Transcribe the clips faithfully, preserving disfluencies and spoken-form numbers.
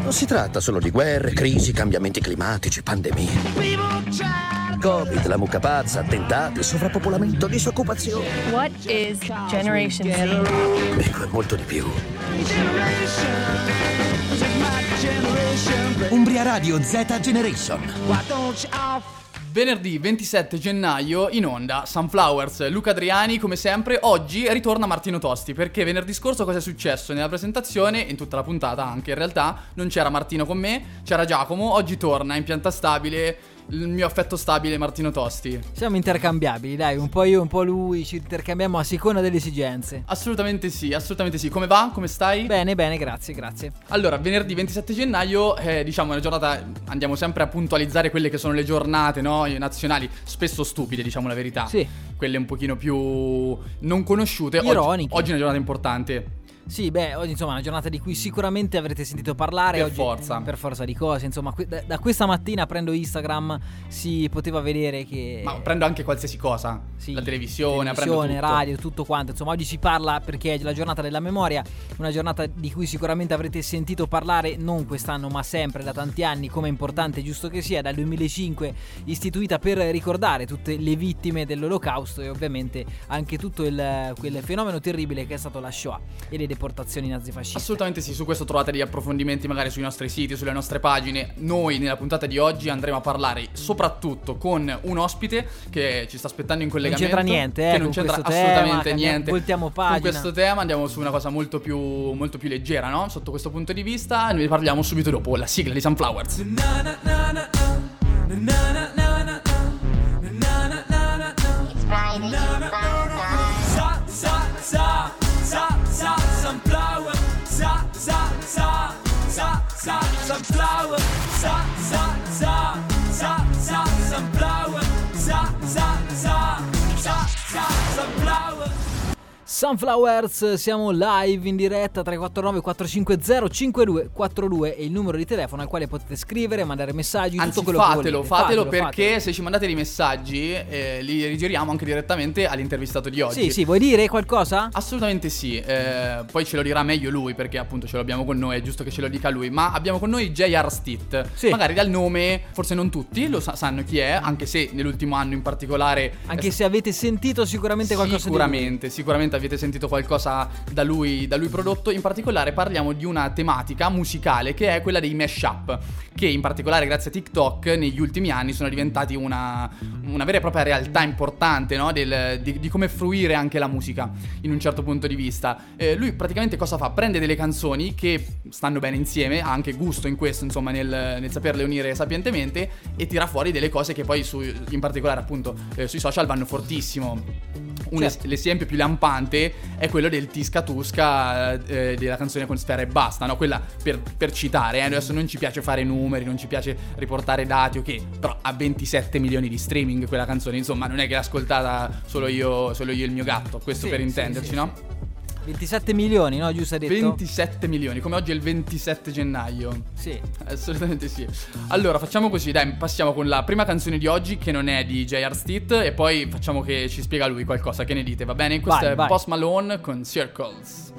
Non si tratta solo di guerre, crisi, cambiamenti climatici, pandemie. Covid, la mucca pazza, attentati, sovrappopolamento, disoccupazione. What is Generation Z? Ecco, è molto di più. Umbria Radio Z Generation. Venerdì ventisette gennaio in onda Sunflowers, Luca Adriani come sempre. Oggi ritorna Martino Tosti, perché venerdì scorso cosa è successo? Nella presentazione, in tutta la puntata anche in realtà, non c'era Martino con me, c'era Giacomo. Oggi torna in pianta stabile il mio affetto stabile Martino Tosti. Siamo intercambiabili, dai, un po' io, un po' lui, ci intercambiamo a seconda delle esigenze. Assolutamente sì, assolutamente sì. Come va? Come stai? Bene, bene, grazie, grazie. Allora, venerdì ventisette gennaio, eh, diciamo, è una giornata, andiamo sempre a puntualizzare quelle che sono le giornate, no? Nazionali, spesso stupide, diciamo la verità. Sì. Quelle un pochino più non conosciute. Ironiche. Oggi, oggi è una giornata importante. Sì, beh, oggi insomma è una giornata di cui sicuramente avrete sentito parlare. Per oggi, forza. Per forza di cose, insomma, que- da, da questa mattina prendo Instagram, si poteva vedere che... Ma prendo anche qualsiasi cosa, sì, la televisione, televisione, prendo tutto. radio, tutto quanto. Insomma, oggi si parla perché è la giornata della memoria, una giornata di cui sicuramente avrete sentito parlare, non quest'anno ma sempre, da tanti anni, come è importante, giusto che sia, dal duemilacinque istituita per ricordare tutte le vittime dell'Olocausto e ovviamente anche tutto il, quel fenomeno terribile che è stato la Shoah e le deportazioni nazifasciste. Assolutamente sì, su questo trovate degli approfondimenti magari sui nostri siti, sulle nostre pagine. Noi nella puntata di oggi andremo a parlare soprattutto con un ospite che ci sta aspettando in collegamento. Non c'entra niente, eh, che non con c'entra questo assolutamente tema, niente. Voltiamo pagina. Con questo tema andiamo su una cosa molto più, molto più leggera, no? Sotto questo punto di vista ne parliamo subito dopo la sigla di Sunflowers. Sunflowers, siamo live in diretta. Tre quattro nove quattro cinque zero cinque due quattro due è il numero di telefono al quale potete scrivere, mandare messaggi. Anzi, tutto quello fatelo, che volete. fatelo, fatelo perché fatelo. se ci mandate dei messaggi eh, li rigiriamo anche direttamente all'intervistato di oggi. Sì, sì, vuoi dire qualcosa? Assolutamente sì, eh, poi ce lo dirà meglio lui perché appunto ce l'abbiamo con noi, è giusto che ce lo dica lui. Ma abbiamo con noi J R. Stitt, sì. Magari dal nome forse non tutti lo sa- sanno chi è, anche se nell'ultimo anno in particolare. Anche se avete sentito sicuramente qualcosa Sicuramente, di lui. sicuramente avete sentito qualcosa da lui, da lui prodotto. In particolare parliamo di una tematica musicale che è quella dei mashup, che in particolare grazie a TikTok negli ultimi anni sono diventati una, una vera e propria realtà importante, no? Del, di, di come fruire anche la musica in un certo punto di vista. Eh, lui praticamente cosa fa? Prende delle canzoni che stanno bene insieme, ha anche gusto in questo, insomma, nel, nel saperle unire sapientemente, e tira fuori delle cose che poi su, in particolare appunto eh, sui social vanno fortissimo. Un Certo. es- l'esempio più lampante è quello del Tisca Tusca eh, della canzone con Sfera e Basta, no? Quella per, per citare, eh? Adesso non ci piace fare numeri, non ci piace riportare dati, ok, però ha ventisette milioni di streaming quella canzone, insomma non è che l'ha ascoltata solo io, solo io e il mio gatto, questo Sì, per sì, intenderci, sì, no? sì. ventisette milioni, no? Giusto hai detto? ventisette milioni, come oggi è il ventisette gennaio. Sì. Assolutamente sì. Allora facciamo così, dai, passiamo con la prima canzone di oggi, che non è di J R. Stitt, e poi facciamo che ci spiega lui qualcosa. Che ne dite, va bene? Questo Vai, è vai. Post Malone con Circles.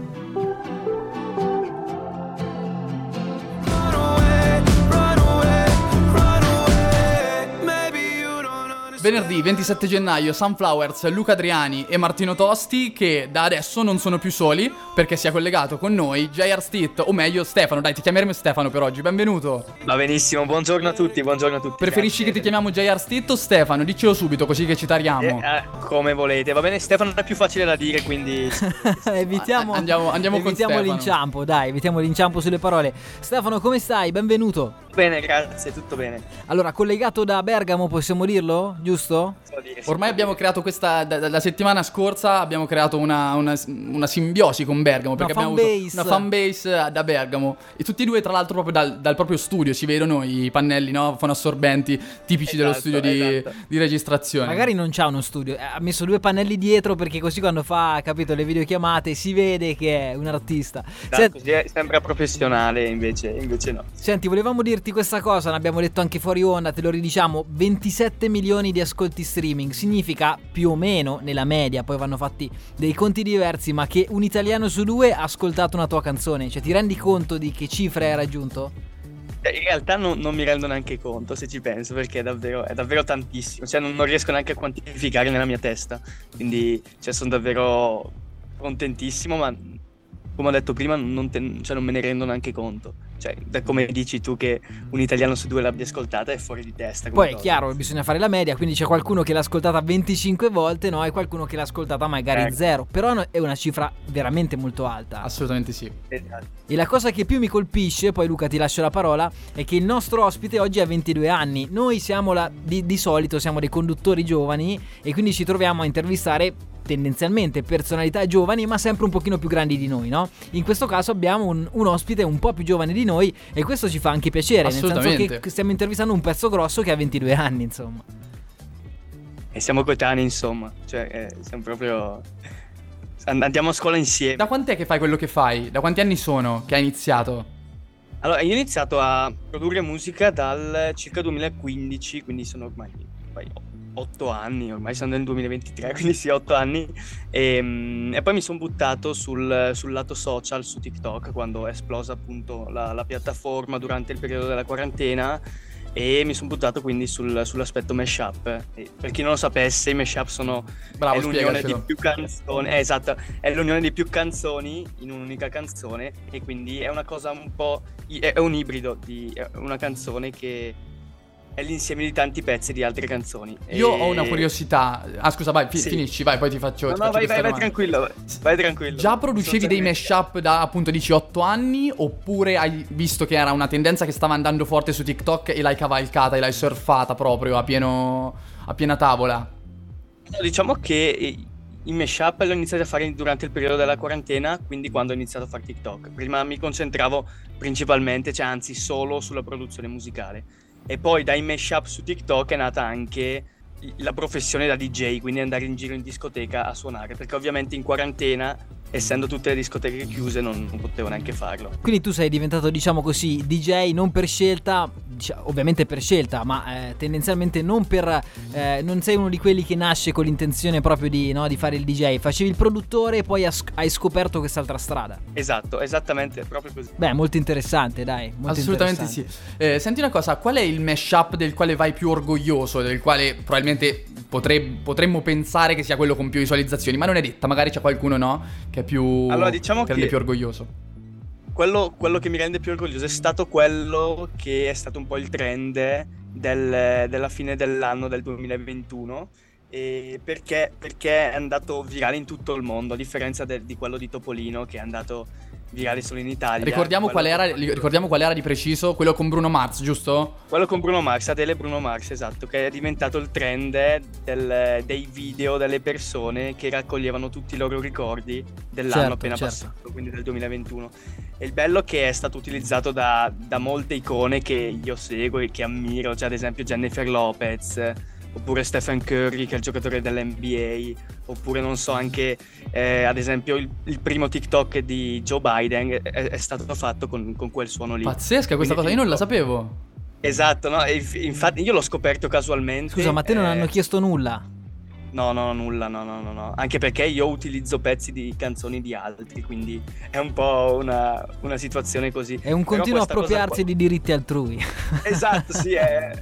Venerdì ventisette gennaio, Sunflowers, Luca Adriani e Martino Tosti, che da adesso non sono più soli perché si è collegato con noi J R. Stitt, o meglio Stefano. Dai, ti chiameremo Stefano per oggi, benvenuto. Va benissimo, buongiorno a tutti, buongiorno a tutti. Preferisci grazie. che ti chiamiamo J R. Stitt o Stefano? Diccelo subito così che ci tariamo. Eh, eh, come volete, va bene, Stefano è più facile da dire, quindi evitiamo Andiamo, andiamo con evitiamo Stefano. l'inciampo, dai, evitiamo l'inciampo sulle parole. Stefano, come stai? Benvenuto. bene, grazie, tutto bene. Allora, collegato da Bergamo, possiamo dirlo? Giusto? So dire, si Ormai può abbiamo dire. creato questa, da- da- la settimana scorsa abbiamo creato una, una, una simbiosi con Bergamo, perché Una abbiamo fanbase. avuto una fanbase da Bergamo, e tutti e due tra l'altro proprio dal, dal proprio studio si vedono i pannelli, no? Fonoassorbenti tipici dello Esatto, studio di, esatto. di registrazione. Magari non c'ha uno studio, ha messo due pannelli dietro perché così quando fa, capito, le videochiamate si vede che è un artista. Dai, Sent- così è sempre professionale, invece, invece no. Senti, volevamo dirti questa cosa, l'abbiamo detto anche fuori onda, te lo ridiciamo: ventisette milioni di ascolti streaming significa più o meno, nella media, poi vanno fatti dei conti diversi, ma che un italiano su due ha ascoltato una tua canzone. Cioè, ti rendi conto di che cifre hai raggiunto? In realtà non, non mi rendo neanche conto, se ci penso, perché è davvero, è davvero tantissimo. Cioè non, non riesco neanche a quantificare nella mia testa. Quindi cioè, sono davvero contentissimo, ma come ho detto prima non, te, cioè, non me ne rendo neanche conto. Cioè, da come dici tu che un italiano su due l'abbia ascoltata è fuori di testa. Poi è cosa. chiaro, bisogna fare la media, quindi c'è qualcuno che l'ha ascoltata venticinque volte, no? E qualcuno che l'ha ascoltata magari Ecco. zero. Però no, è una cifra veramente molto alta. Assolutamente sì. Esatto. E la cosa che più mi colpisce, poi Luca ti lascio la parola, è che il nostro ospite oggi ha ventidue anni. Noi siamo la, di, di solito siamo dei conduttori giovani e quindi ci troviamo a intervistare tendenzialmente personalità giovani, ma sempre un pochino più grandi di noi, no? In questo caso abbiamo un, un ospite un po' più giovane di noi e questo ci fa anche piacere, nel senso che stiamo intervistando un pezzo grosso che ha ventidue anni, insomma. E siamo coetanei, insomma. Cioè, eh, siamo proprio... andiamo a scuola insieme. Da quant'è che fai quello che fai? Da quanti anni sono che hai iniziato? Allora, io ho iniziato a produrre musica dal circa duemilaquindici, quindi sono ormai, ormai otto anni, ormai siamo nel duemilaventitré, quindi sì, otto anni. E, e poi mi sono buttato sul, sul lato social, su TikTok, quando è esplosa appunto la, la piattaforma durante il periodo della quarantena. E mi sono buttato quindi sul, sull'aspetto mashup. E per chi non lo sapesse, i mashup sono Bravo, è l'unione spiegacelo. di più canzoni. Eh, esatto, è l'unione di più canzoni in un'unica canzone. E quindi è una cosa un po'. È un ibrido di è una canzone che è l'insieme di tanti pezzi di altre canzoni. Io e... ho una curiosità. Ah, scusa, vai, fi- Sì. finisci, vai, poi ti faccio. No, ti no, faccio vai, questa vai, vai domanda. tranquillo. Vai tranquillo. Già producevi dei mashup da appunto dici otto anni, oppure hai visto che era una tendenza che stava andando forte su TikTok e l'hai cavalcata e l'hai surfata proprio a pieno a piena tavola? No, diciamo che i mashup l'ho iniziato a fare durante il periodo della quarantena, quindi quando ho iniziato a fare TikTok. Prima mi concentravo principalmente, cioè anzi solo sulla produzione musicale. E poi dai mashup su TikTok è nata anche la professione da D J, quindi andare in giro in discoteca a suonare, perché ovviamente in quarantena, essendo tutte le discoteche chiuse, non, non potevo neanche farlo. Quindi tu sei diventato, diciamo così, D J non per scelta, diciamo, ovviamente per scelta, ma eh, tendenzialmente non per eh, non sei uno di quelli che nasce con l'intenzione proprio di, no, di fare il D J. Facevi il produttore e poi has- hai scoperto quest'altra strada. Esatto, esattamente, proprio così. Beh, molto interessante, dai, molto Assolutamente sì. interessante. Eh, senti una cosa, qual è il mashup del quale vai più orgoglioso, del quale probabilmente potre- potremmo pensare che sia quello con più visualizzazioni, ma non è detta, magari c'è qualcuno, no, che è più Allora, diciamo che rende che- più orgoglioso. Quello, quello che mi rende più orgoglioso è stato quello che è stato un po' il trend del- della fine dell'anno del duemilaventuno, e perché, perché è andato virale in tutto il mondo, a differenza de- di quello di Topolino che è andato virale solo in Italia. Ricordiamo qual, Quello- era, ricordiamo qual era di preciso, quello con Bruno Mars, giusto? Quello con Bruno Mars, Adele e Bruno Mars, esatto, che è diventato il trend del- dei video delle persone che raccoglievano tutti i loro ricordi dell'anno Certo, appena certo. passato, quindi del duemilaventuno. E il bello è che è stato utilizzato da, da molte icone che io seguo e che ammiro, cioè ad esempio Jennifer Lopez, oppure Stephen Curry, che è il giocatore dell'N B A, oppure non so, anche eh, ad esempio il, il primo TikTok di Joe Biden è, è stato fatto con, con quel suono lì. Pazzesca questa Quindi cosa, io non la TikTok- sapevo. Esatto, no? E inf- infatti io l'ho scoperto casualmente. Scusa, ma a te non eh, hanno chiesto nulla? No, no, nulla, no, no, no, no. Anche perché io utilizzo pezzi di canzoni di altri, quindi è un po' una, una situazione così. È un Però continuo questa cosa appropriarsi qua- di diritti altrui. Esatto, sì, è...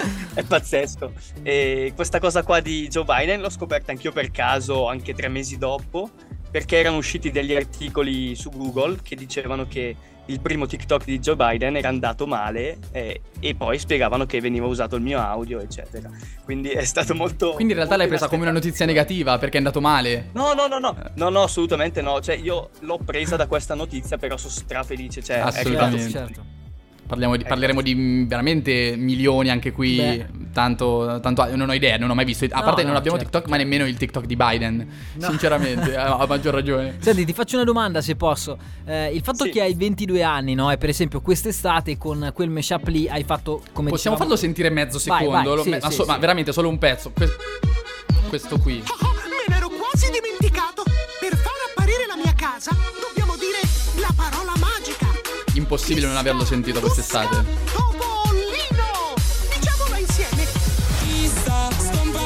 è pazzesco. E questa cosa qua di Joe Biden l'ho scoperta anch'io per caso, anche tre mesi dopo, perché erano usciti degli articoli su Google che dicevano che il primo TikTok di Joe Biden era andato male, eh, e poi spiegavano che veniva usato il mio audio, eccetera. Quindi è stato molto... Quindi in realtà l'hai molto presa come una notizia negativa perché è andato male. No, no, no, no, no, no, assolutamente no. Cioè, io l'ho presa da questa notizia, però sono strafelice. Cioè, è Assolutamente. arrivato- Certo. Parliamo di, parleremo di mm, veramente milioni anche qui. Beh. Tanto, tanto non ho idea, non ho mai visto. A No, parte no, non abbiamo certo, TikTok, ma nemmeno il TikTok di Biden. No. Sinceramente, ha, ha maggior ragione. Senti, ti faccio una domanda se posso. Eh, il fatto Sì. che hai ventidue anni, no? E per esempio quest'estate con quel mashup lì hai fatto come Possiamo dicevamo- farlo sentire mezzo Vai, secondo? vai, Lo- sì, ma, sì, so- sì. ma veramente solo un pezzo. Que- questo qui. Me l'ero quasi dimenticato. Per far apparire la mia casa, dobbiamo dire la parola magica. Impossibile non averlo sentito quest'estate. Topolino! Diciamola insieme.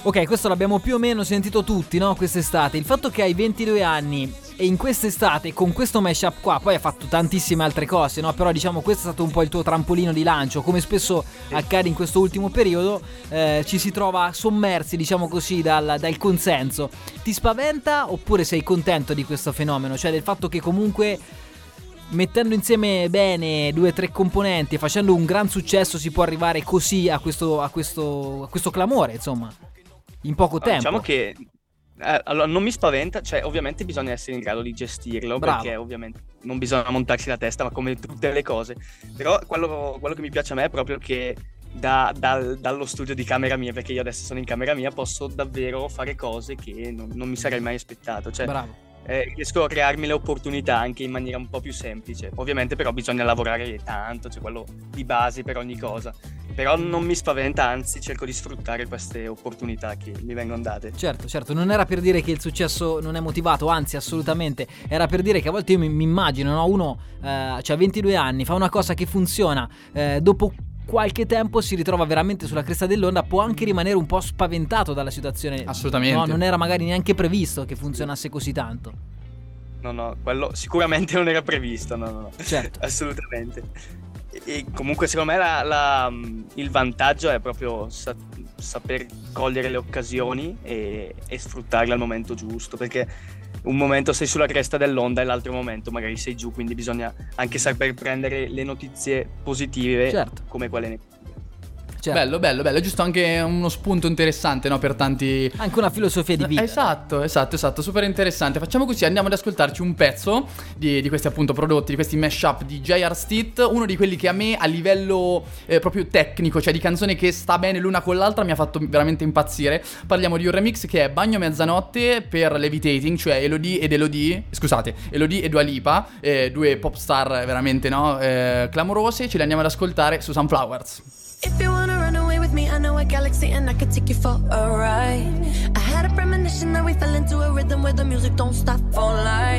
Ok, questo l'abbiamo più o meno sentito tutti, no? Quest'estate. Il fatto che hai ventidue anni e in quest'estate con questo mashup qua, poi hai fatto tantissime altre cose, no? Però diciamo questo è stato un po' il tuo trampolino di lancio. Come spesso accade in questo ultimo periodo, eh, ci si trova sommersi, diciamo così, dal, dal consenso. Ti spaventa oppure sei contento di questo fenomeno? Cioè del fatto che comunque mettendo insieme bene due o tre componenti e facendo un gran successo si può arrivare così a questo, a questo, a questo clamore, insomma, in poco tempo. Diciamo che eh, allora non mi spaventa, cioè ovviamente bisogna essere in grado di gestirlo. Bravo. Perché ovviamente non bisogna montarsi la testa, ma come tutte le cose. Però quello, quello che mi piace a me è proprio che da, dal, dallo studio di camera mia, perché io adesso sono in camera mia, posso davvero fare cose che non, non mi sarei mai aspettato. Cioè, bravo. Eh, riesco a crearmi le opportunità anche in maniera un po' più semplice. Ovviamente però bisogna lavorare tanto, cioè quello di base per ogni cosa. Però non mi spaventa, anzi cerco di sfruttare queste opportunità che mi vengono date. Certo, certo, non era per dire che il successo non è motivato, anzi assolutamente. Era per dire che a volte io mi, mi immagino, no? Uno eh, cioè ventidue anni, fa una cosa che funziona, eh, dopo qualche tempo si ritrova veramente sulla cresta dell'onda, può anche rimanere un po' spaventato dalla situazione. Assolutamente. No, non era magari neanche previsto che funzionasse così tanto. No, no, quello sicuramente non era previsto, no, no, no. Certo. Assolutamente. E, e comunque secondo me la, la, il vantaggio è proprio sa- saper cogliere le occasioni e, e sfruttarle al momento giusto, perché un momento sei sulla cresta dell'onda e l'altro momento magari sei giù, quindi bisogna anche saper prendere le notizie positive, certo, come quelle negative. Certo. Bello, bello, bello, è giusto anche uno spunto interessante, no, per tanti. Anche una filosofia di vita. Esatto, esatto, esatto, super interessante. Facciamo così, andiamo ad ascoltarci un pezzo di, di questi appunto prodotti, di questi mashup di J R. Stitt, uno di quelli che a me a livello eh, proprio tecnico, cioè di canzone che sta bene l'una con l'altra, mi ha fatto veramente impazzire. Parliamo di un remix che è Bagno Mezzanotte per Levitating, cioè Elodie ed Elodie, scusate, Elodie e Dua Lipa, eh, due pop star veramente, no, eh, clamorose. Ce le andiamo ad ascoltare su Sunflowers. If you wanna run away with me, I know a galaxy and I could take you for a ride. I had a premonition that we fell into a rhythm where the music don't stop for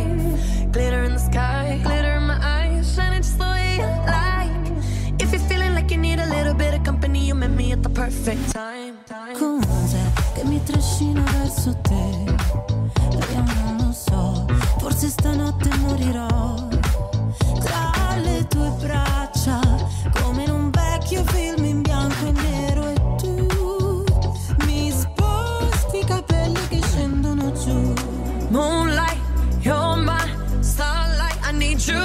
life. Glitter in the sky, glitter in my eyes, shining just the way you like. If you're feeling like you need a little bit of company, you met me at the perfect time. Cos'è che mi trascina verso te? Io non lo so, forse stanotte morirò tra le tue braccia, come in un vecchio film in bianco e nero, e tu mi sposti i capelli che scendono giù. Moonlight, you're my starlight, I need you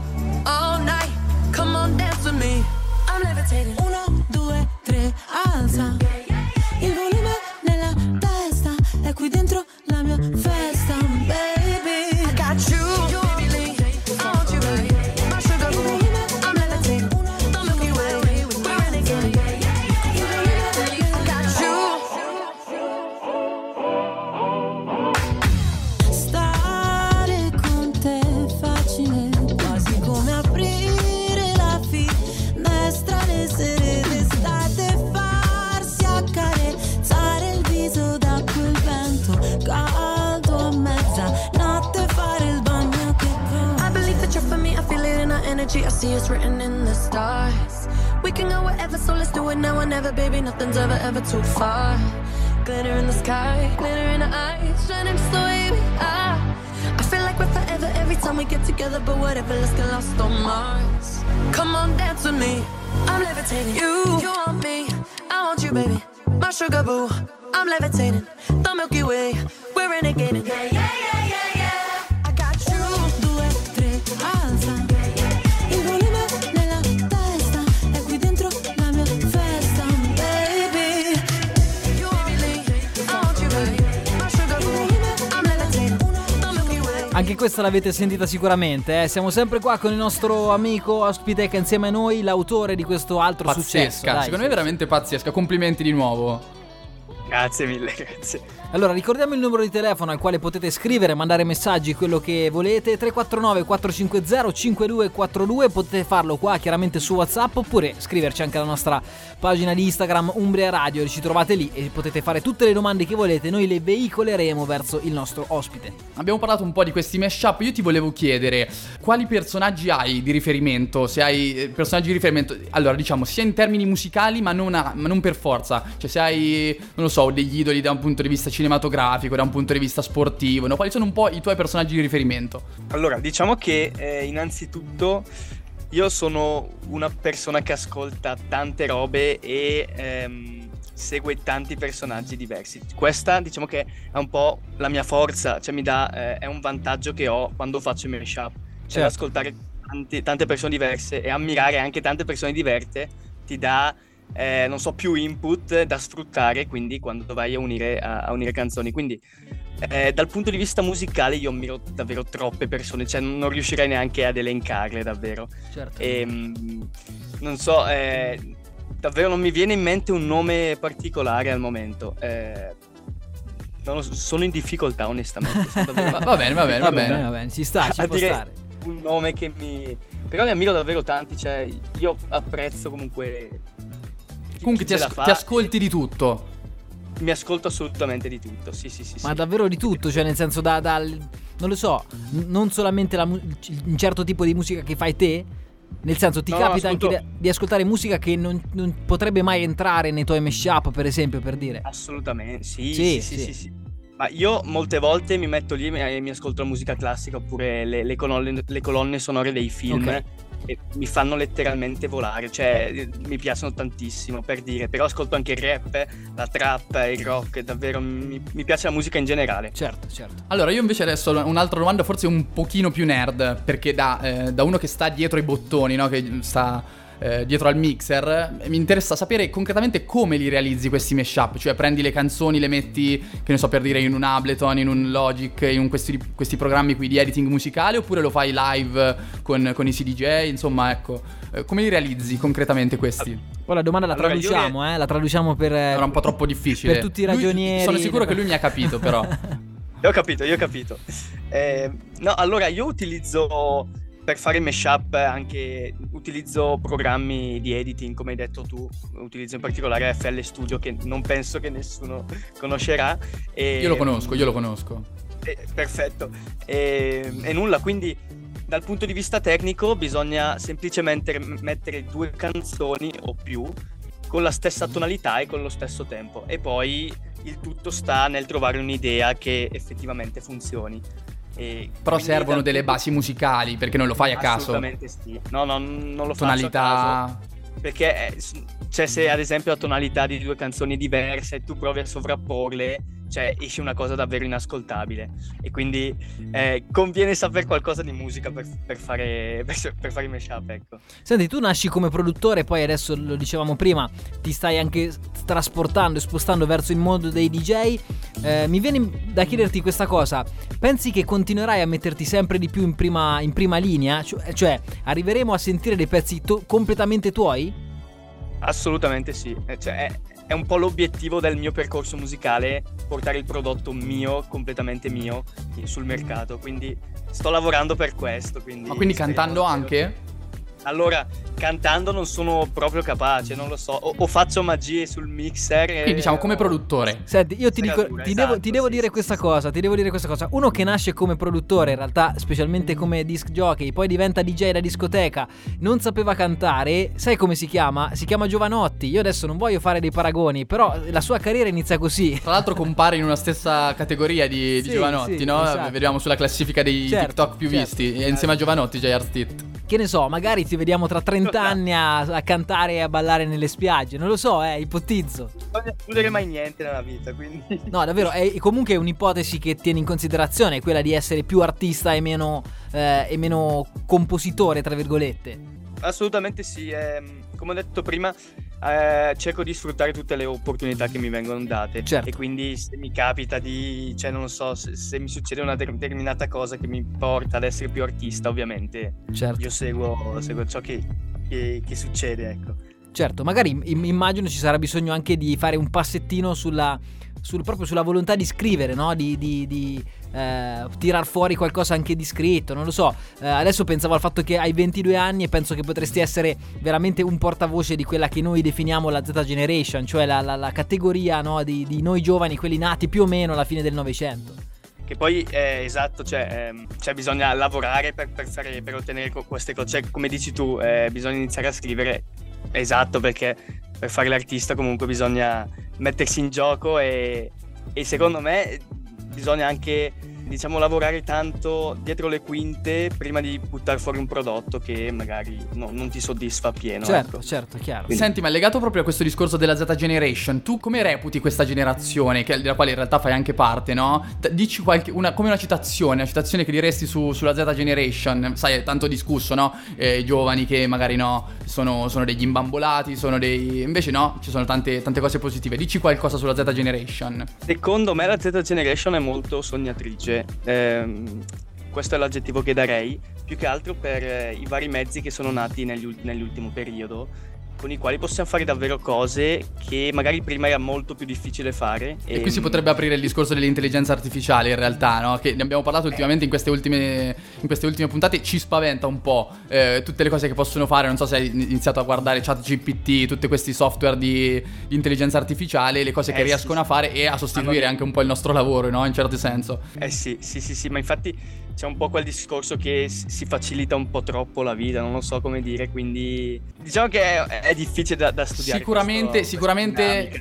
all night. Come on, dance with me, I'm levitating. Uno, due, tre, alza il volume nella testa, è qui dentro la mia festa, baby. I got you, you want me, I want you, baby. My sugar boo, I'm levitating. The Milky Way, we're renegade. I got you. Stare con te è facile, quasi come aprire la finestra le sere d'estate, farsi accarezzare il viso da quel vento caldo a mezzanotte, fare il bagno che va. I believe that you're for me, I feel it in our energy, I see it's written in the stars. We can go wherever, so let's do it now or never, baby, nothing's ever, ever too far. Glitter in the sky, glitter in our eyes, shining just the way we are. I feel like we're forever every time we get together, but whatever, let's get lost on Mars. Come on, dance with me, I'm levitating. You, you want me, I want you, baby. My sugar boo, I'm levitating. The Milky Way, we're renegading. Yeah, yeah, yeah, yeah, yeah. I got you. Due, tre, alza il volume nella testa, è qui dentro la mia festa, baby. You want me, I want you, baby. My sugar boo, I'm levitating. The Milky Way. Anche questa l'avete sentita sicuramente, eh? Siamo sempre qua con il nostro amico ospite che è insieme a noi l'autore di questo altro Pazzesca, successo. Dai, secondo me è veramente pazzesca, complimenti di nuovo. Grazie mille, grazie. Allora ricordiamo il numero di telefono al quale potete scrivere, mandare messaggi, quello che volete, tre quattro nove quattro cinque zero cinque due quattro due. Potete farlo qua chiaramente su WhatsApp, oppure scriverci anche alla nostra pagina di Instagram Umbria Radio, ci trovate lì e potete fare tutte le domande che volete, noi le veicoleremo verso il nostro ospite. Abbiamo parlato un po' di questi mashup, io ti volevo chiedere quali personaggi hai di riferimento, se hai personaggi di riferimento, allora diciamo sia in termini musicali ma non, a, ma non per forza, cioè se hai, non lo so, so, degli idoli da un punto di vista cinematografico, da un punto di vista sportivo, no? Quali sono un po' i tuoi personaggi di riferimento? Allora, diciamo che eh, innanzitutto io sono una persona che ascolta tante robe e ehm, segue tanti personaggi diversi. Questa diciamo che è un po' la mia forza, cioè mi dà, eh, è un vantaggio che ho quando faccio i mashup, cioè Certo. ascoltare tanti, tante persone diverse e ammirare anche tante persone diverse ti dà, eh, non so, più input da sfruttare, quindi quando vai a unire, a, a unire canzoni. Quindi eh, dal punto di vista musicale io ammiro davvero troppe persone, cioè non riuscirei neanche ad elencarle davvero. Certo. E, mh, non so, eh, davvero non mi viene in mente un nome particolare al momento. Eh, non lo so, sono in difficoltà onestamente. Sono davvero- Va, va bene, va bene, va Va bene, bene. va bene, ci sta, ci a può dire stare. un nome che mi... Però ne ammiro davvero tanti, cioè io apprezzo comunque... chi- Comunque chi ti, ce as- la fa. ti ascolti di tutto. Mi ascolto assolutamente di tutto, sì sì sì. Ma sì. davvero di tutto, cioè nel senso da, dal non lo so, n- non solamente la mu- un certo tipo di musica che fai te, nel senso ti No, capita ascolto- anche di, di ascoltare musica che non, non potrebbe mai entrare nei tuoi mashup, per esempio, per dire. Assolutamente, sì Sì, sì sì, sì. sì, sì. Ma io molte volte mi metto lì e mi ascolto la musica classica oppure le, le colonne, le colonne sonore dei film. Ok. E mi fanno letteralmente volare, cioè eh, mi piacciono tantissimo, per dire. Però ascolto anche il rap, la trap, il rock, davvero mi, mi piace la musica in generale. Certo, certo. Allora, io invece adesso ho un'altra domanda, forse un pochino più nerd, perché da, eh, da uno che sta dietro i bottoni, no? Che sta eh, dietro al mixer, mi interessa sapere concretamente come li realizzi questi mashup. Cioè prendi le canzoni, le metti, che ne so, per dire in un Ableton, in un Logic, in un questi, questi programmi qui di editing musicale, oppure lo fai live con, con i C D J, insomma, ecco. Eh, come li realizzi concretamente questi? Poi la domanda la Allora, io traduciamo, eh, la traduciamo per Era un po' troppo difficile. per tutti i Lui- ragionieri. sono sicuro che lui mi ha capito, però. Io ho capito, io ho capito. Eh, no, allora io utilizzo per fare mashup anche utilizzo programmi di editing, come hai detto tu, utilizzo in particolare F L Studio che non penso che nessuno conoscerà. E, Io lo conosco, io lo conosco. eh, perfetto. E, e nulla, quindi dal punto di vista tecnico bisogna semplicemente mettere due canzoni o più con la stessa tonalità e con lo stesso tempo, e poi il tutto sta nel trovare un'idea che effettivamente funzioni. E Però quindi servono dal delle punto- basi musicali, perché non lo fai a caso. Assolutamente sì. No, no, non lo faccio a caso. Tonalità. Perché eh, s- cioè, se ad esempio la tonalità di due canzoni diverse e tu provi a sovrapporle, cioè esce una cosa davvero inascoltabile. E quindi eh, conviene sapere qualcosa di musica per, per fare per, per fare i mashup, ecco. Senti, tu nasci come produttore, poi adesso lo dicevamo prima, ti stai anche trasportando e spostando verso il mondo dei D J. Eh, mi viene da chiederti questa cosa: pensi che continuerai a metterti sempre di più in prima, in prima linea? Cioè, cioè, arriveremo a sentire dei pezzi to- completamente tuoi? Assolutamente sì. Eh, Cioè, è, è un po' l'obiettivo del mio percorso musicale, portare il prodotto mio, completamente mio, sul mercato. Quindi sto lavorando per questo. Quindi Ma quindi spero- cantando spero- anche? Allora, cantando non sono proprio capace, non lo so. O, o faccio magie sul mixer. e- Quindi diciamo come produttore. Senti, io ti, dico, Serratura, ti esatto, devo, ti devo sì, dire sì, questa sì, cosa, ti devo dire questa cosa. Uno che nasce come produttore, in realtà, specialmente come disc jockey, poi diventa D J da discoteca, non sapeva cantare, sai come si chiama? Si chiama Giovanotti. Io adesso non voglio fare dei paragoni, però la sua carriera inizia così. Tra l'altro compare in una stessa categoria di, di Sì, Giovanotti, sì, no? esatto. Vediamo sulla classifica dei Certo, TikTok più certo. visti. E insieme a Giovanotti, J R. Stitt. Che ne so, magari ci vediamo tra trenta anni a, a cantare e a ballare nelle spiagge. Non lo so, eh, ipotizzo. Non escludere mai niente nella vita, quindi. No, davvero, è comunque un'ipotesi che tieni in considerazione, quella di essere più artista e meno, eh, e meno compositore, tra virgolette. Assolutamente sì. ehm, come ho detto prima, eh, cerco di sfruttare tutte le opportunità che mi vengono date. Certo. E quindi se mi capita di, cioè non lo so, se, se mi succede una determinata cosa che mi porta ad essere più artista, ovviamente Certo. io seguo, seguo ciò che, che, che succede, ecco. Certo, magari im- immagino ci sarà bisogno anche di fare un passettino sulla, sul, proprio sulla volontà di scrivere, no? Di, di, di eh, tirar fuori qualcosa anche di scritto, non lo so. Eh, adesso pensavo al fatto che hai ventidue anni e penso che potresti essere veramente un portavoce di quella che noi definiamo la Z Generation, cioè la, la, la categoria, no? di, di noi giovani, quelli nati più o meno alla fine del Novecento. Che poi eh, esatto, cioè, ehm, cioè bisogna lavorare per, per, fare, per ottenere co- queste cose, cioè, come dici tu, eh, bisogna iniziare a scrivere, esatto, perché per fare l'artista comunque bisogna mettersi in gioco e, e secondo me bisogna anche, diciamo, lavorare tanto dietro le quinte prima di buttare fuori un prodotto che magari no, non ti soddisfa appieno. Certo, ecco. certo, chiaro. Quindi. Senti, ma legato proprio a questo discorso della Z Generation, tu come reputi questa generazione, che, della quale in realtà fai anche parte, no? D- dici qualche, una, come una citazione, una citazione che diresti su, sulla Z Generation. Sai, è tanto discusso, no? Eh, I giovani che magari no, sono, sono degli imbambolati, sono dei... Invece no, ci sono tante, tante cose positive. Dici qualcosa sulla Z Generation. Secondo me la Z Generation è molto sognatrice. Ehm, questo è l'aggettivo che darei, più che altro per eh, i vari mezzi che sono nati negli, nell'ultimo periodo, con i quali possiamo fare davvero cose che magari prima era molto più difficile fare. E, e qui si potrebbe aprire il discorso dell'intelligenza artificiale, in realtà, no? Che ne abbiamo parlato ultimamente in queste ultime, in queste ultime puntate. Ci spaventa un po' eh, tutte le cose che possono fare. Non so se hai iniziato a guardare ChatGPT, tutti questi software di, di intelligenza artificiale, le cose che eh, riescono sì, a fare e a sostituire anche un po' il nostro lavoro, no? In certo senso. Eh sì, sì, sì, sì, ma infatti c'è un po' quel discorso che si facilita un po' troppo la vita, non lo so come dire, quindi diciamo che è, è difficile da, da studiare. Sicuramente, questo, sicuramente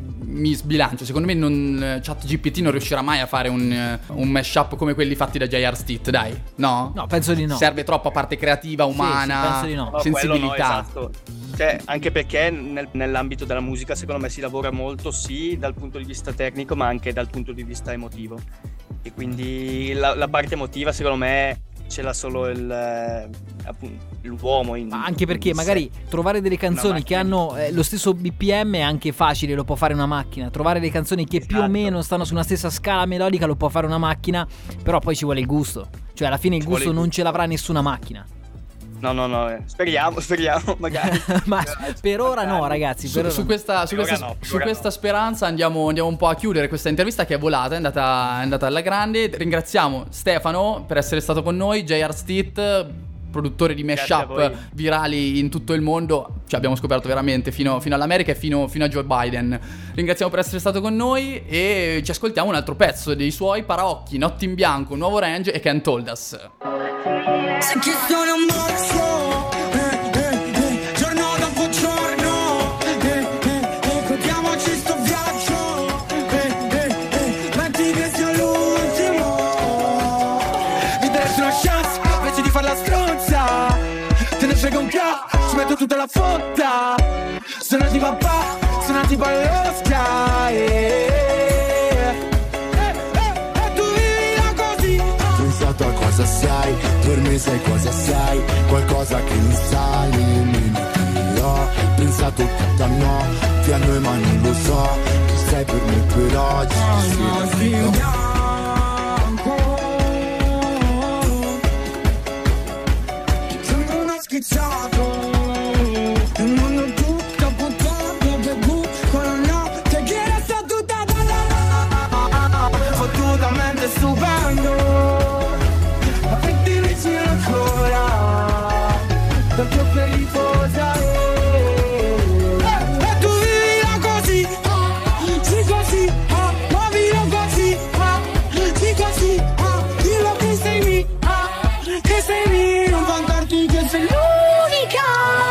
mi sbilancio. Secondo me non, ChatGPT non riuscirà mai a fare un, un mashup come quelli fatti da J R. Stitt, dai, no? No, penso di no. Serve troppa parte creativa, umana, sì, sì, penso di no. No, sensibilità. No, esatto. Cioè, anche perché nel, nell'ambito della musica secondo me si lavora molto sì dal punto di vista tecnico ma anche dal punto di vista emotivo, e quindi la, la parte emotiva secondo me ce l'ha solo il, eh, appunto, l'uomo in, Ma anche perché in magari sé. trovare delle canzoni che hanno eh, lo stesso B P M è anche facile, lo può fare una macchina. Trovare le canzoni che Esatto. più o meno stanno su una stessa scala melodica lo può fare una macchina, però poi ci vuole il gusto. Cioè alla fine il Ci gusto vuole il non ce l'avrà nessuna macchina. No, no, no, eh. speriamo, speriamo, magari. Ma per ora no, ragazzi. Su, Per ora su no. questa, su Per ora questa, no, per su ora questa no. speranza andiamo, andiamo un po' a chiudere questa intervista che è volata, è andata, è andata alla grande. Ringraziamo Stefano per essere stato con noi, J R. Stitt, produttore di Grazie a voi. mashup virali in tutto il mondo. Ci abbiamo scoperto veramente fino, fino all'America e fino, fino a Joe Biden. Ringraziamo per essere stato con noi e ci ascoltiamo un altro pezzo dei suoi Paraocchi, Notte in Bianco, un nuovo range e Can't Hold Us. Se che sono morto, eh, eh, eh, giorno dopo giorno, eh, eh, eh, godiamoci sto viaggio, eh, eh, eh, metti che sia l'ultimo, mi daresti una chance, invece di farla stronza, te ne frega un ca', ci metto tutta la fotta, sono di papà, sono tipo allo sky, eh, a cosa sei, per me sai cosa sei, qualcosa che non sai nemmeno tu. Ho pensato tutta notte a noi ma non lo so, chi sei per me per oggi, sì, no. Sembra uno schizzato, il mondo tutto buttato, bevuto con la notte che resta tutta da fottutamente stupendo. Tanto per riposare, e tu vivila così, sì così, muovilo così, sì così, dillo che sei lì, che sei lì, non vantarti che sei l'unica.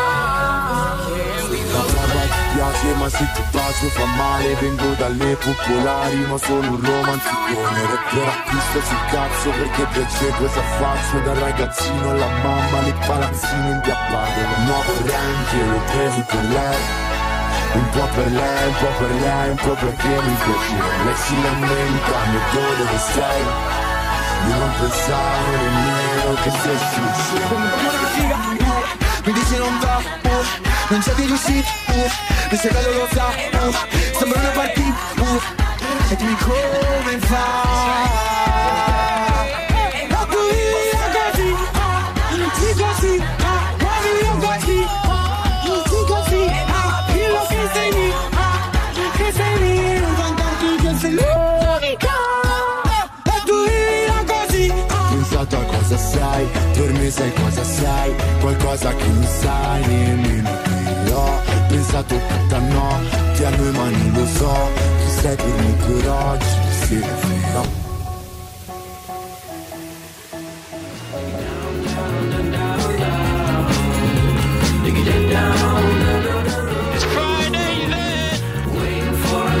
Piace ma se ti bacio fa male, vengo dalle popolari ma sono un romanticone, rapper acquisto sul cazzo perché piace cosa faccio, dal ragazzino alla mamma, le palazzine in via Padova, nuovo range l'ho preso per lei, un po' per lei, un po' per lei, un po' perché mi piace, lei si lamenta, mi do dove sei, io non pensavo nemmeno che stessi uscendo. Mi dice non va, uh, non c'è di riuscita, uh, il cervello lo sa, uh, sembra una partita, uh, e dimmi come fa. La tua vita così, uh, sì così, uh, muovilo così, uh, sì così, uh, dillo che sei lì, uh, che sei lì, non vantarti che sei l'unica. La tua vita così, uh. Pensato a cosa sei, per me sai cosa sei, qualcosa che non sai nemmeno tu. Ho pensato tutta notte a noi ma non lo so, chi sei per me per oggi, sì, no. It's Friday then, waiting for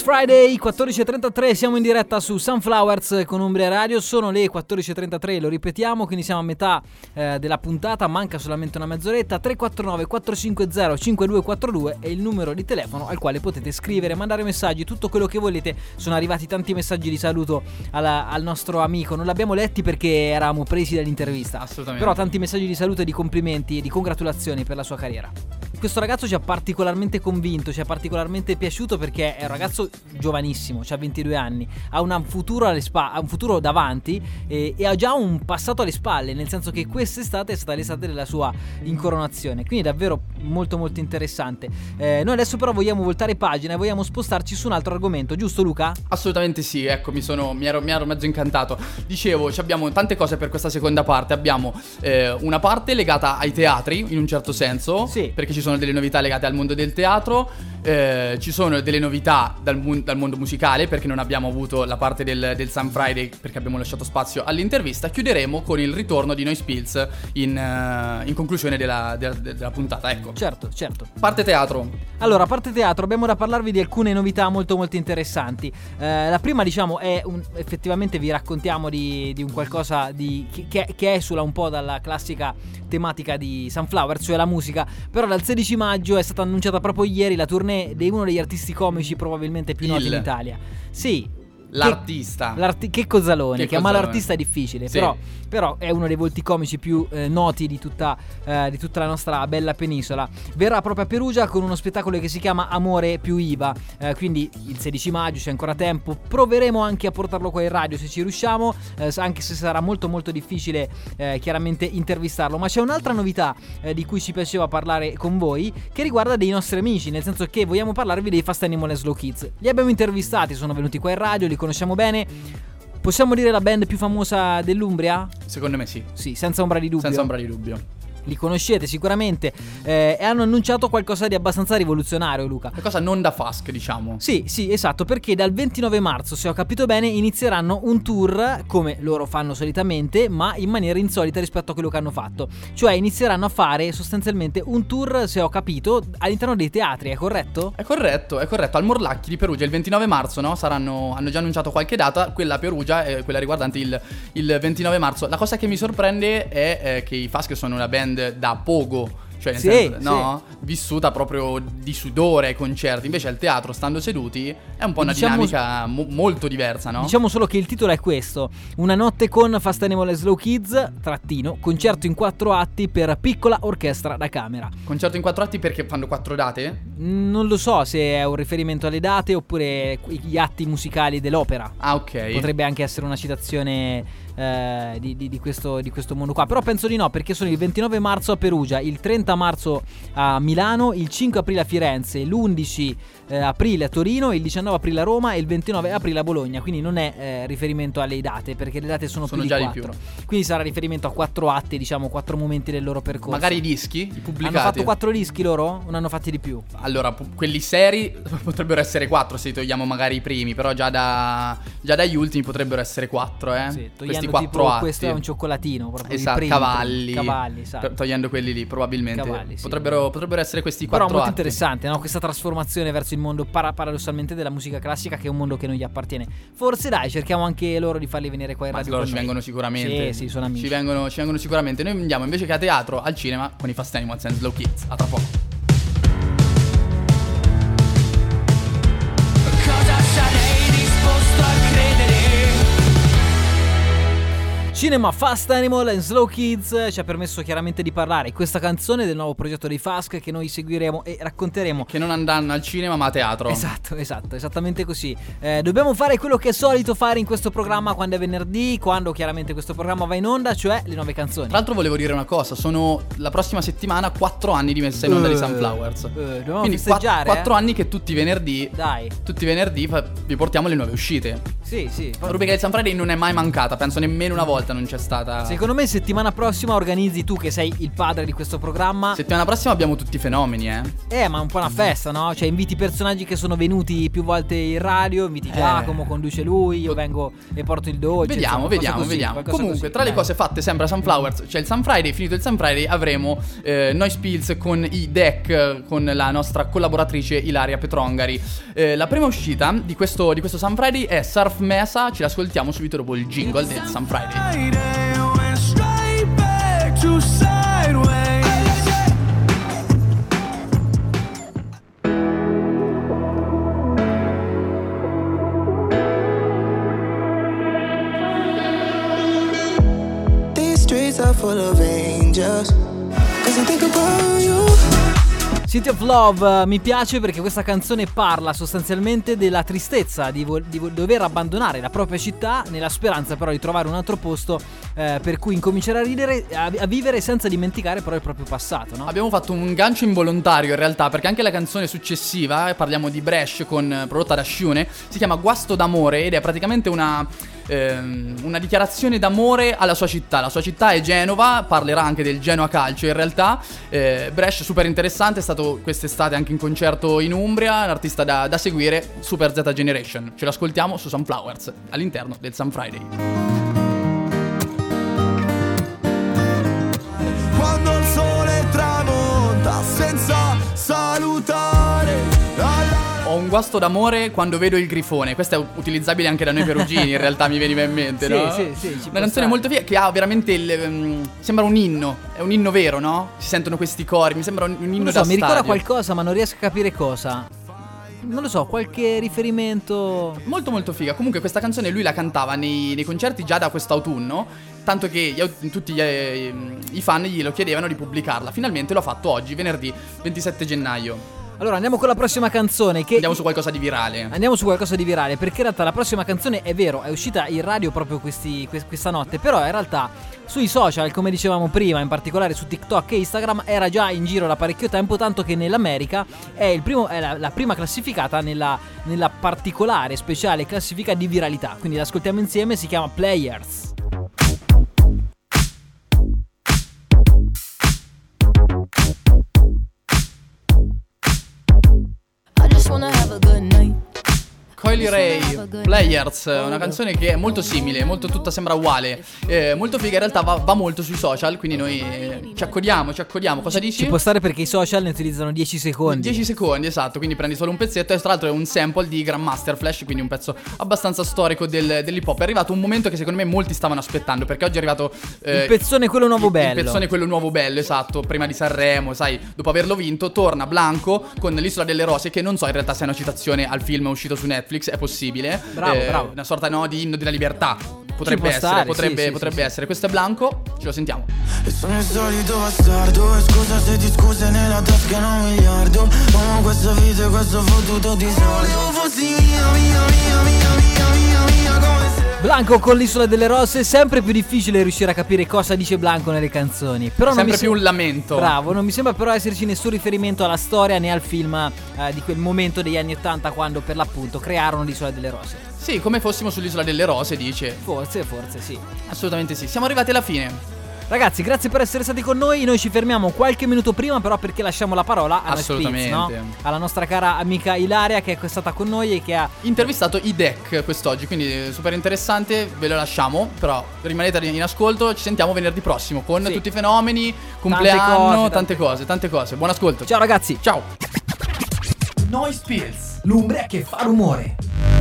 Friday, quattordici e trentatré, siamo in diretta su Sunflowers con Umbria Radio, sono le quattordici e trentatré, lo ripetiamo, quindi siamo a metà eh, della puntata, manca solamente una mezz'oretta. Tre quattro nove quattro cinque zero cinque due quattro due è il numero di telefono al quale potete scrivere, mandare messaggi, tutto quello che volete. Sono arrivati tanti messaggi di saluto alla, al nostro amico, non l'abbiamo letti perché eravamo presi dall'intervista, assolutamente, però tanti messaggi di saluto e di complimenti e di congratulazioni per la sua carriera. Questo ragazzo ci ha particolarmente convinto, ci è particolarmente piaciuto perché è un ragazzo giovanissimo, ha ventidue anni, ha un futuro alle spa- ha un futuro davanti e, e ha già un passato alle spalle, nel senso che quest'estate è stata l'estate della sua incoronazione, quindi davvero molto molto interessante. Eh, noi adesso però vogliamo voltare pagina e vogliamo spostarci su un altro argomento, giusto Luca? Assolutamente sì, ecco, mi sono mi ero, mi ero mezzo incantato. Dicevo, abbiamo tante cose per questa seconda parte. Abbiamo eh, una parte legata ai teatri, in un certo senso, sì, perché ci sono delle novità legate al mondo del teatro, eh, ci sono delle novità dal, dal mondo musicale, perché non abbiamo avuto la parte del, del Sun Friday perché abbiamo lasciato spazio all'intervista. Chiuderemo con il ritorno di Noise Pills in, uh, in conclusione della, della, della puntata, ecco. Certo, certo. Parte teatro. Allora, a parte teatro abbiamo da parlarvi di alcune novità molto molto interessanti. Eh, la prima, diciamo, è un, effettivamente vi raccontiamo di, di un qualcosa di, che, che esula un po' dalla classica tematica di Sunflower, cioè la musica. Però dal sedici maggio è stata annunciata proprio ieri la tournée di uno degli artisti comici probabilmente più noti Il. in Italia. Sì. L'artista Che, l'arti- che Cozzalone, Che chiamare Cozzalone. l'artista è difficile, Sì. però, però è uno dei volti comici più eh, noti di tutta, eh, di tutta la nostra bella penisola. Verrà proprio a Perugia con uno spettacolo che si chiama Amore più I V A, eh, quindi il sedici maggio, c'è ancora tempo. Proveremo anche a portarlo qua in radio se ci riusciamo, eh, anche se sarà molto molto difficile eh, chiaramente intervistarlo. Ma c'è un'altra novità eh, di cui ci piaceva parlare con voi, che riguarda dei nostri amici, nel senso che vogliamo parlarvi dei Fast Animal and Slow Kids. Li abbiamo intervistati, sono venuti qua in radio, li conosciamo bene. Possiamo dire la band più famosa dell'Umbria? Secondo me sì. Sì, senza ombra di dubbio. Senza ombra di dubbio. Li conoscete sicuramente, eh, e hanno annunciato qualcosa di abbastanza rivoluzionario, Luca. Qualcosa non da Fask, diciamo. Sì, sì, esatto, perché dal ventinove marzo, se ho capito bene, inizieranno un tour, come loro fanno solitamente, ma in maniera insolita rispetto a quello che hanno fatto. Cioè inizieranno a fare sostanzialmente un tour, se ho capito, all'interno dei teatri, è corretto? È corretto, è corretto, al Morlacchi di Perugia il ventinove marzo, no? Saranno, hanno già annunciato qualche data, quella a Perugia e quella riguardante il, il ventinove marzo. La cosa che mi sorprende è eh, che i Fask sono una band da pogo, cioè nel Sì, senso, sì. no? Vissuta proprio di sudore ai concerti. Invece al teatro, stando seduti, è un po' una Diciamo- dinamica mo- molto diversa, no? Diciamo solo che il titolo è questo: Una notte con Fast Animal and Slow Kids, trattino, concerto in quattro atti per piccola orchestra da camera. Concerto in quattro atti perché fanno quattro date? Non lo so se è un riferimento alle date oppure gli atti musicali dell'opera. Ah, ok. Potrebbe anche essere una citazione eh, di, di, di, questo, di questo mondo qua. Però penso di no, perché sono il ventinove marzo a Perugia, il trenta marzo a Milano, il cinque aprile a Firenze, l'undici eh, aprile a Torino, il diciannove aprile a Roma e il ventinove aprile a Bologna. Quindi non è eh, riferimento alle date, perché le date sono, Sono più già di di quattro. Quindi sarà riferimento a quattro atti, diciamo quattro momenti del loro percorso. Magari i dischi, i pubblicati. Hanno fatto quattro dischi loro? O ne hanno fatti di più? Allora, pu- quelli seri potrebbero essere quattro se togliamo magari i primi, però già, da, già dagli ultimi potrebbero essere quattro, eh. Sì, Questi togliendo quattro tipo, atti. questo è un cioccolatino proprio. Esatto, i primi, cavalli. Cavalli, esatto. To- Togliendo quelli lì, probabilmente. Cavalli, sì. potrebbero, potrebbero essere questi Però quattro molto atti. interessante, no? Questa trasformazione verso il mondo para- paradossalmente della musica classica, che è un mondo che non gli appartiene. Forse dai, cerchiamo anche loro di farli venire qua in Ma radio. loro con ci noi. vengono sicuramente. Sì, sì, sono amici. Ci vengono, ci vengono sicuramente. Noi andiamo invece che a teatro, al cinema, con i Fast Animals and Slow Kids. A tra poco. Cosa sarei disposto a credere? Cinema Fast Animal and Slow Kids ci ha permesso chiaramente di parlare di questa canzone, del nuovo progetto dei Fask, che noi seguiremo e racconteremo. Che non andranno al cinema ma a teatro. Esatto, esatto, esattamente così. eh, Dobbiamo fare quello che è solito fare in questo programma quando è venerdì, quando chiaramente questo programma va in onda, cioè le nuove canzoni. Tra l'altro volevo dire una cosa, sono la prossima settimana quattro anni di messa in onda di Eh, Sunflowers. eh, dobbiamo Quindi festeggiare, quattro eh? anni che tutti i venerdì Dai. Tutti i venerdì fa- vi portiamo le nuove uscite. Sì, Sì, sì. La rubrica del Sun Friday non è mai mancata, penso nemmeno una volta non c'è stata. Secondo me settimana prossima organizzi tu, che sei il padre di questo programma. Settimana prossima abbiamo tutti i fenomeni, eh. Eh, ma un po' una festa, no? Cioè inviti personaggi che sono venuti più volte in radio, inviti Giacomo, eh. conduce lui, io vengo e porto il dolce. Vediamo, insomma, vediamo, così, vediamo. Comunque, così, tra le dai. cose fatte sempre a Sunflowers c'è il Sun Friday. Finito il Sun Friday avremo eh, Noise Pills con i Deck, con la nostra collaboratrice Ilaria Petrongari. eh, La prima uscita di questo, di questo Sun Friday è Surf Mesa. Ci l'ascoltiamo subito dopo il jingle del Sun Friday. These streets are full of angels, 'cause I think about you. City of Love mi piace perché questa canzone parla sostanzialmente della tristezza di, vo- di vo- dover abbandonare la propria città, nella speranza però di trovare un altro posto eh, per cui incominciare a ridere, a, a vivere senza dimenticare però il proprio passato, no? Abbiamo fatto un gancio involontario in realtà, perché anche la canzone successiva, eh, parliamo di Bresh con, prodotta da Shune, si chiama Guasto d'amore ed è praticamente una... Ehm, una dichiarazione d'amore alla sua città. La sua città è Genova, parlerà anche del Genoa Calcio in realtà. eh, Bresh super interessante, è stato quest'estate anche in concerto in Umbria, un artista da, da seguire, Super Zeta Generation. Ce l'ascoltiamo su Sunflowers all'interno del Sun Friday. Quando il sole tramonta senza salutare. Ho un guasto d'amore quando vedo il grifone. Questo è utilizzabile anche da noi perugini, in realtà mi veniva in mente, Sì, no? sì, sì, ci può Una canzone stare. molto figa che ha veramente il, um, sembra un inno. È un inno vero, no? Si sentono questi cori, mi sembra un, un inno Non lo da so, mi ricorda stadio. qualcosa ma non riesco a capire cosa. Non lo so, qualche riferimento. Molto molto figa. Comunque questa canzone lui la cantava nei, nei concerti già da quest'autunno, tanto che gli aut- tutti gli, eh, i fan glielo chiedevano di pubblicarla. Finalmente l'ho fatto oggi, venerdì ventisette gennaio. Allora andiamo con la prossima canzone che... Andiamo su qualcosa di virale. Andiamo su qualcosa di virale, perché in realtà la prossima canzone è vero, è uscita in radio proprio questi, que- questa notte, però in realtà sui social, come dicevamo prima, in particolare su TikTok e Instagram, era già in giro da parecchio tempo, tanto che nell'America è, il primo, è la, la prima classificata nella, nella particolare, speciale classifica di viralità. Quindi l'ascoltiamo insieme, si chiama Players. I just wanna have a good night. Coily Ray, Players, una canzone che è molto simile, molto tutta sembra uguale, eh, molto figa, in realtà va, va molto sui social, quindi noi eh, ci accodiamo, ci accodiamo. Cosa dici? Ci può stare perché i social ne utilizzano dieci secondi. dieci secondi, esatto, quindi prendi solo un pezzetto e tra l'altro è un sample di Grandmaster Flash, quindi un pezzo abbastanza storico del, dell'hip hop. È arrivato un momento che secondo me molti stavano aspettando, perché oggi è arrivato eh, il pezzone quello nuovo bello. Il pezzone quello nuovo bello, esatto, prima di Sanremo, sai, dopo averlo vinto, torna Blanco con l'Isola delle Rose, che non so in realtà se è una citazione al film uscito su Netflix, è possibile. Bravo, eh, bravo. Una sorta, no, di inno della libertà. Ci Potrebbe può essere, stare, potrebbe, sì, sì, potrebbe sì, sì. essere. Questo è Blanco, ce lo sentiamo. E sono il solito bastardo, e scusa se ti scuse nella tasca non un miliardo. Amo questa vita e questo fottuto di soldi. Se fossi mia, mia, mia, mia, mia, mia, mia, come se... Blanco con l'Isola delle Rose, è sempre più difficile riuscire a capire cosa dice Blanco nelle canzoni. Però non Sempre mi più sem- un lamento. Bravo, non mi sembra però esserci nessun riferimento alla storia né al film eh, di quel momento degli anni ottanta quando per l'appunto crearono l'Isola delle Rose. Sì, come fossimo sull'Isola delle Rose, dice. Forse, forse sì. Assolutamente sì. Siamo arrivati alla fine. Ragazzi, grazie per essere stati con noi. Noi ci fermiamo qualche minuto prima, però, perché lasciamo la parola a Assolutamente. Spitz, no? Alla nostra cara amica Ilaria, che è stata con noi e che ha intervistato i Deck quest'oggi, quindi super interessante. Ve lo lasciamo, però rimanete in ascolto. Ci sentiamo venerdì prossimo con Sì. tutti i fenomeni, compleanno, Tante cose, tante, tante cose, tante cose. Buon ascolto. Ciao ragazzi. Ciao. Noise Pills, l'umbria che fa rumore.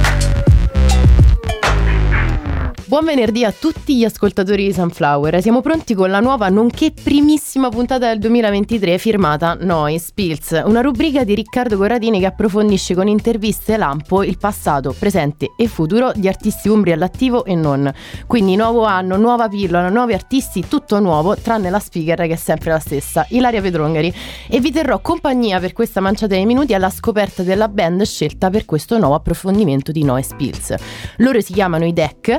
Buon venerdì a tutti gli ascoltatori di Sunflower. Siamo pronti con la nuova nonché primissima puntata del duemilaventitré firmata Noise Pills, una rubrica di Riccardo Corradini che approfondisce con interviste lampo il passato, presente e futuro di artisti umbri all'attivo e non. Quindi nuovo anno, nuova pillola, nuovi artisti, tutto nuovo, tranne la speaker che è sempre la stessa, Ilaria Petrongari. E vi terrò compagnia per questa manciata di minuti alla scoperta della band scelta per questo nuovo approfondimento di Noise Pills. Loro si chiamano i Deck, band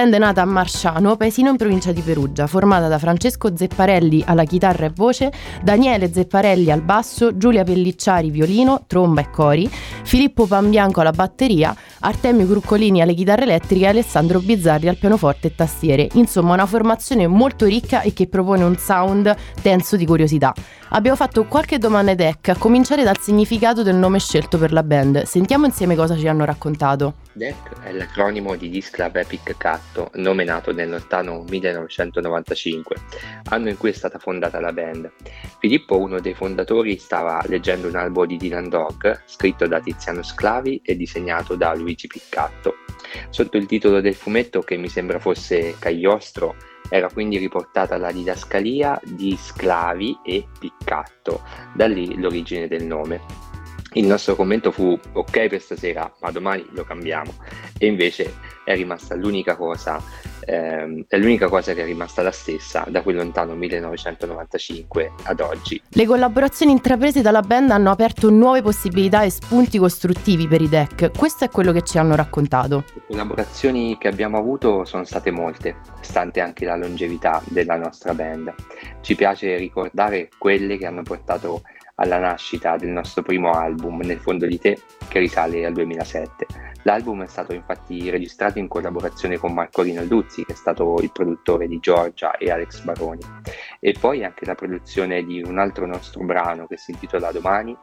band nata a Marsciano, paesino in provincia di Perugia, formata da Francesco Zepparelli alla chitarra e voce, Daniele Zepparelli al basso, Giulia Pellicciari violino, tromba e cori, Filippo Pambianco alla batteria, Artemio Cruccolini alle chitarre elettriche e Alessandro Bizzarri al pianoforte e tastiere. Insomma, una formazione molto ricca e che propone un sound denso di curiosità. Abbiamo fatto qualche domanda ai Deck, a cominciare dal significato del nome scelto per la band. Sentiamo insieme cosa ci hanno raccontato. Deck è l'acronimo di Disclave Epic Cat, nome nato nel lontano millenovecentonovantacinque, anno in cui è stata fondata la band. Filippo, uno dei fondatori, stava leggendo un albo di Dylan Dog, scritto da Tiziano Sclavi e disegnato da Luigi Piccatto. Sotto il titolo del fumetto, che mi sembra fosse Cagliostro, era quindi riportata la didascalia di Sclavi e Piccatto, da lì l'origine del nome. Il nostro commento fu: ok per stasera, ma domani lo cambiamo. E invece è rimasta l'unica cosa, ehm, è l'unica cosa che è rimasta la stessa da quel lontano millenovecentonovantacinque ad oggi. Le collaborazioni intraprese dalla band hanno aperto nuove possibilità e spunti costruttivi per i Deck. Questo è quello che ci hanno raccontato. Le collaborazioni che abbiamo avuto sono state molte, stante anche la longevità della nostra band. Ci piace ricordare quelle che hanno portato alla nascita del nostro primo album, Nel fondo di te, che risale al duemilasette. L'album è stato infatti registrato in collaborazione con Marco Rinalduzzi, che è stato il produttore di Giorgia e Alex Baroni, e poi anche la produzione di un altro nostro brano che si intitola Domani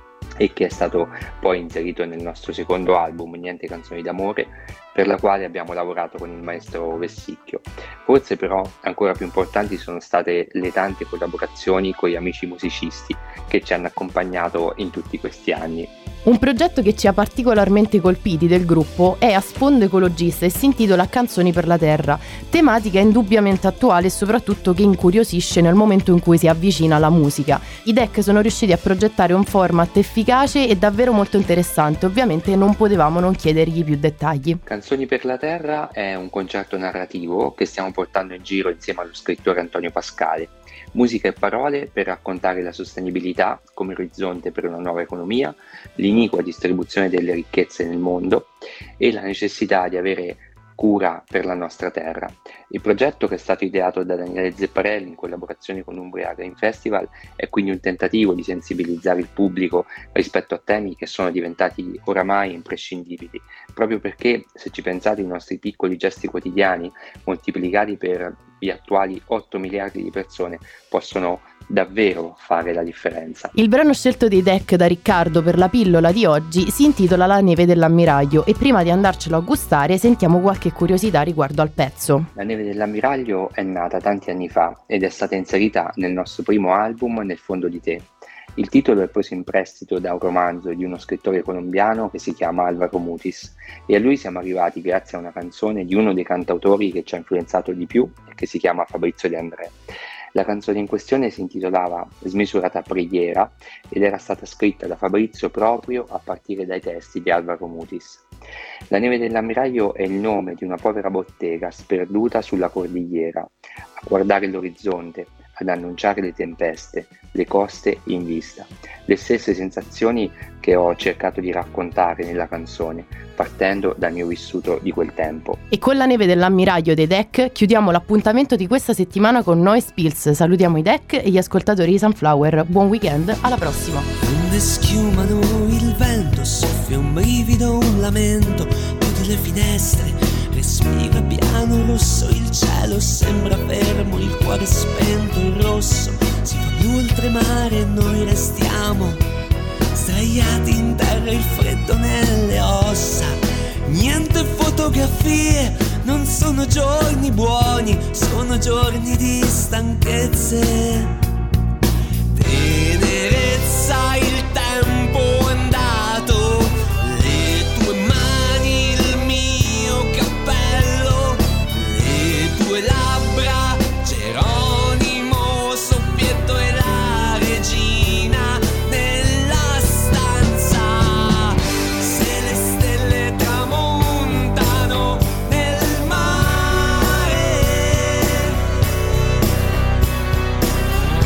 e che è stato poi inserito nel nostro secondo album, Niente canzoni d'amore, per la quale abbiamo lavorato con il maestro Vessicchio. Forse però ancora più importanti sono state le tante collaborazioni con gli amici musicisti che ci hanno accompagnato in tutti questi anni. Un progetto che ci ha particolarmente colpiti del gruppo è a sfondo ecologista e si intitola Canzoni per la Terra, tematica indubbiamente attuale e soprattutto che incuriosisce nel momento in cui si avvicina la musica. I Deck sono riusciti a progettare un format efficace e davvero molto interessante, ovviamente non potevamo non chiedergli più dettagli. Canzoni per la Terra è un concerto narrativo che stiamo portando in giro insieme allo scrittore Antonio Pascale. Musica e parole per raccontare la sostenibilità come orizzonte per una nuova economia, l'iniqua distribuzione delle ricchezze nel mondo e la necessità di avere cura per la nostra terra. Il progetto, che è stato ideato da Daniele Zepparelli in collaborazione con Umbria Green Festival, è quindi un tentativo di sensibilizzare il pubblico rispetto a temi che sono diventati oramai imprescindibili, proprio perché, se ci pensate, i nostri piccoli gesti quotidiani moltiplicati per gli attuali otto miliardi di persone possono davvero fare la differenza. Il brano scelto dei Deck da Riccardo per la pillola di oggi si intitola La neve dell'ammiraglio e prima di andarcelo a gustare sentiamo qualche curiosità riguardo al pezzo. La neve dell'ammiraglio è nata tanti anni fa ed è stata inserita nel nostro primo album, Nel fondo di te. Il titolo è preso in prestito da un romanzo di uno scrittore colombiano che si chiama Alvaro Mutis e a lui siamo arrivati grazie a una canzone di uno dei cantautori che ci ha influenzato di più e che si chiama Fabrizio De André. La canzone in questione si intitolava Smisurata preghiera ed era stata scritta da Fabrizio proprio a partire dai testi di Alvaro Mutis. La neve dell'ammiraglio è il nome di una povera bottega sperduta sulla cordigliera, a guardare l'orizzonte, ad annunciare le tempeste, le coste in vista. Le stesse sensazioni che ho cercato di raccontare nella canzone, partendo dal mio vissuto di quel tempo. E con la neve dell'ammiraglio dei Deck chiudiamo l'appuntamento di questa settimana con Noise Pills. Salutiamo i Deck e gli ascoltatori di Sunflower. Buon weekend, alla prossima! Onde schiumano, il vento soffia un brivido, un lamento, chiudi le finestre, respira piano rosso, il cielo sembra fermo, il cuore spento, il rosso si fa blu oltremare e noi restiamo sdraiati in terra, il freddo nelle ossa. Niente fotografie, non sono giorni buoni, sono giorni di stanchezze. Tenerezza, il tempo è andato, le tue mani, il mio cappello, le tue labbra, Geronimo, Soffietto e la regina nella stanza. Se le stelle tramontano nel mare,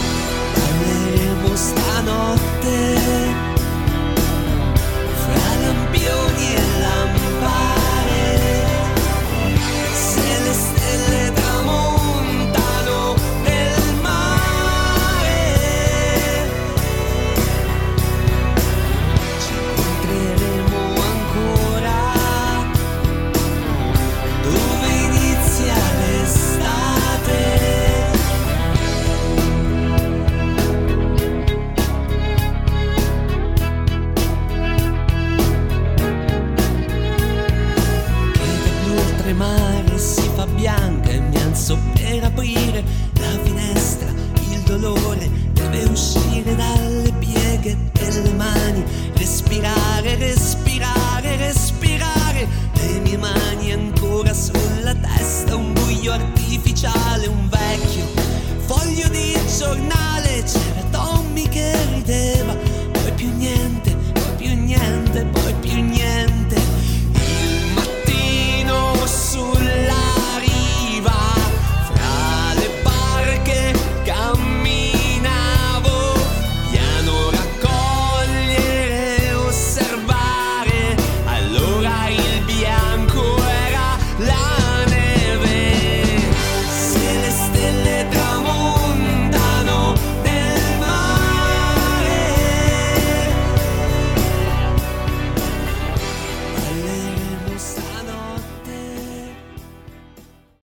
passo per aprire la finestra, il dolore deve uscire dalle pieghe delle mani, respirare, respirare, respirare, le mie mani ancora sulla testa, un buio artificiale, un vecchio foglio di giornale